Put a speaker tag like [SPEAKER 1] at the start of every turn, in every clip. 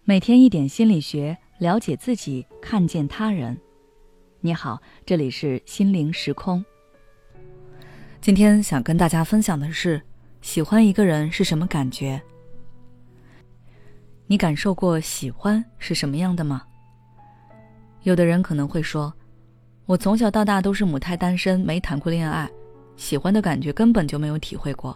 [SPEAKER 1] 每天一点心理学，了解自己，看见他人。你好，这里是心灵时空。今天想跟大家分享的是，喜欢一个人是什么感觉？你感受过喜欢是什么样的吗？有的人可能会说，我从小到大都是母胎单身，没谈过恋爱，喜欢的感觉根本就没有体会过。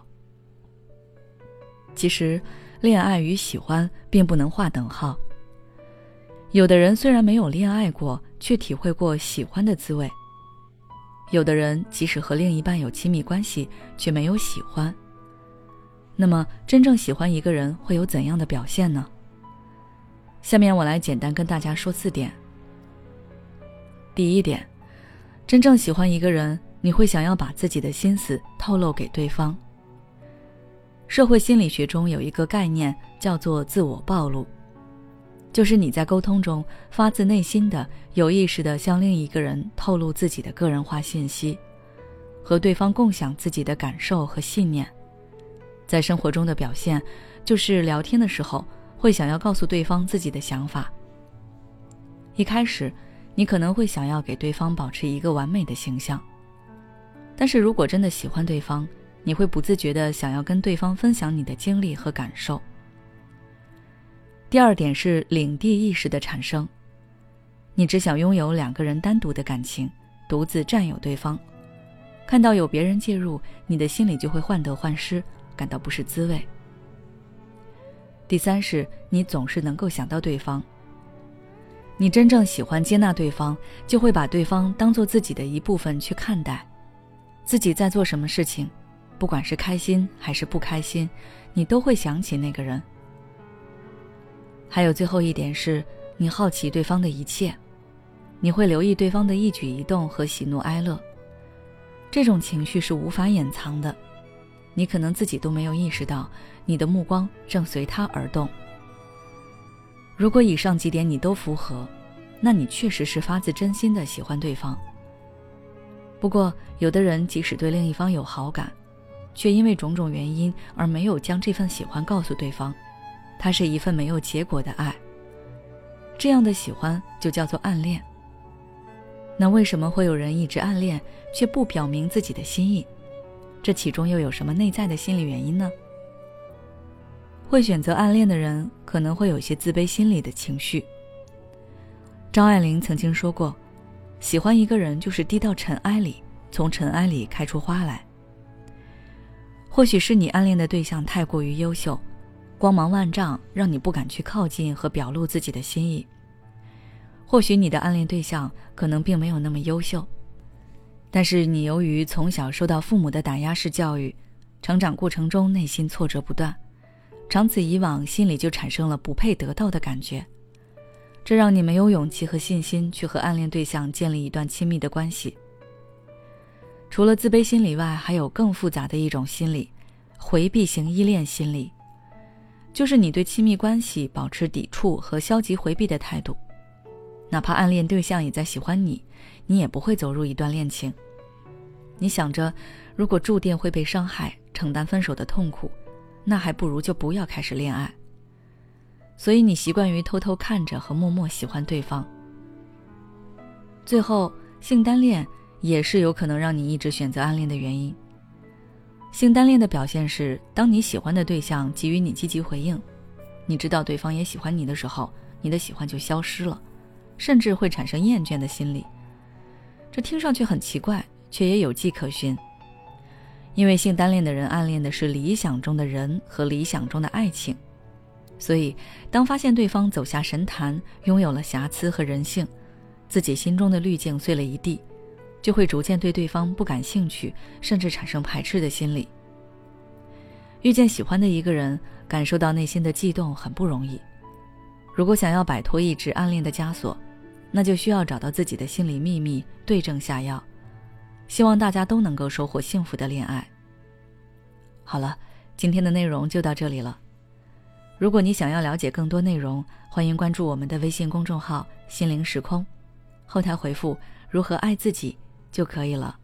[SPEAKER 1] 其实恋爱与喜欢并不能划等号。有的人虽然没有恋爱过，却体会过喜欢的滋味。有的人即使和另一半有亲密关系，却没有喜欢。那么真正喜欢一个人会有怎样的表现呢？下面我来简单跟大家说4点。第一点，真正喜欢一个人，你会想要把自己的心思透露给对方。社会心理学中有一个概念叫做自我暴露，就是你在沟通中发自内心的有意识的向另一个人透露自己的个人化信息，和对方共享自己的感受和信念。在生活中的表现就是聊天的时候会想要告诉对方自己的想法。一开始你可能会想要给对方保持一个完美的形象，但是如果真的喜欢对方，你会不自觉地想要跟对方分享你的经历和感受。第二点是领地意识的产生，你只想拥有2个人单独的感情，独自占有对方。看到有别人介入，你的心里就会患得患失，感到不是滋味。第三是你总是能够想到对方。你真正喜欢接纳对方，就会把对方当作自己的一部分去看待。自己在做什么事情，不管是开心还是不开心，你都会想起那个人。还有最后一点是，你好奇对方的一切，你会留意对方的一举一动和喜怒哀乐。这种情绪是无法掩藏的，你可能自己都没有意识到，你的目光正随他而动。如果以上几点你都符合，那你确实是发自真心的喜欢对方。不过有的人即使对另一方有好感，却因为种种原因而没有将这份喜欢告诉对方，它是一份没有结果的爱。这样的喜欢就叫做暗恋。那为什么会有人一直暗恋，却不表明自己的心意？这其中又有什么内在的心理原因呢？会选择暗恋的人可能会有些自卑心理的情绪。张爱玲曾经说过，喜欢一个人就是滴到尘埃里，从尘埃里开出花来。或许是你暗恋的对象太过于优秀，光芒万丈，让你不敢去靠近和表露自己的心意。或许你的暗恋对象可能并没有那么优秀，但是你由于从小受到父母的打压式教育，成长过程中内心挫折不断，长此以往，心里就产生了不配得到的感觉，这让你没有勇气和信心去和暗恋对象建立一段亲密的关系。除了自卑心理外，还有更复杂的一种心理，回避型依恋心理，就是你对亲密关系保持抵触和消极回避的态度。哪怕暗恋对象也在喜欢你，你也不会走入一段恋情。你想着，如果注定会被伤害，承担分手的痛苦，那还不如就不要开始恋爱。所以你习惯于偷偷看着和默默喜欢对方。最后，性单恋也是有可能让你一直选择暗恋的原因。性单恋的表现是，当你喜欢的对象给予你积极回应，你知道对方也喜欢你的时候，你的喜欢就消失了，甚至会产生厌倦的心理。这听上去很奇怪，却也有迹可循。因为性单恋的人暗恋的是理想中的人和理想中的爱情，所以当发现对方走下神坛，拥有了瑕疵和人性，自己心中的滤镜碎了一地，就会逐渐对对方不感兴趣，甚至产生排斥的心理。遇见喜欢的一个人，感受到内心的悸动很不容易。如果想要摆脱一直暗恋的枷锁，那就需要找到自己的心理秘密，对症下药。希望大家都能够收获幸福的恋爱。好了，今天的内容就到这里了。如果你想要了解更多内容，欢迎关注我们的微信公众号心灵时空，后台回复如何爱自己就可以了。